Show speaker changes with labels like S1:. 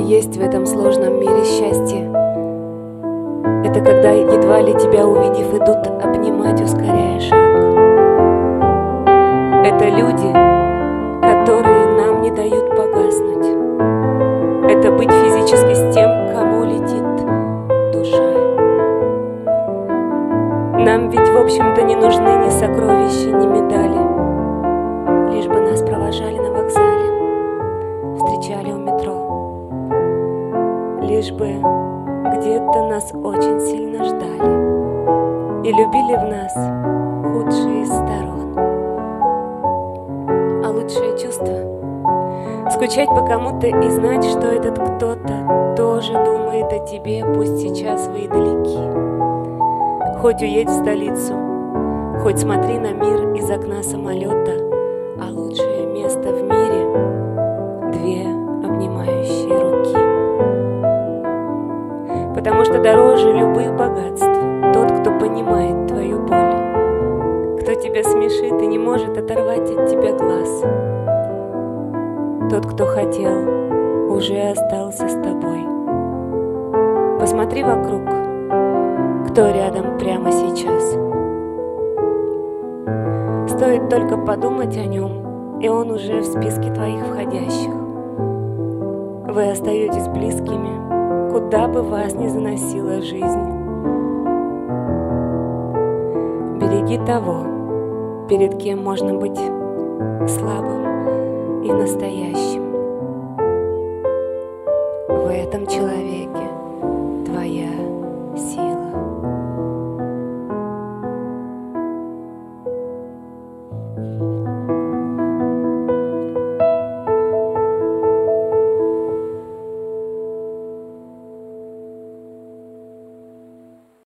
S1: есть в этом сложном мире счастье. Это когда, едва ли тебя увидев, идут обнимать, ускоряя шаг. Это люди, которые нам не дают погаснуть. Это быть физически с тем, кому летит душа. Нам ведь, в общем-то, не нужны ни сокровища, ни медали. Лишь бы нас провожали на вокзале, встречали у метро. Лишь бы где-то нас очень сильно ждали и любили в нас худшие из сторон. А лучшее чувство — скучать по кому-то и знать, что этот кто-то тоже думает о тебе, пусть сейчас вы и далеки. Хоть уедь в столицу, хоть смотри на мир из окна самолета, а лучшее место в мире — две обнимающие руки. Потому что дороже любых богатств тот, кто понимает твою боль, кто тебя смешит и не может оторвать от тебя глаз. Тот, кто хотел, уже остался с тобой. Посмотри вокруг, кто рядом прямо сейчас. Стоит только подумать о нем, и он уже в списке твоих входящих. Вы остаетесь близкими, куда бы вас ни заносила жизнь. Береги того, перед кем можно быть слабым и настоящим. В этом человеке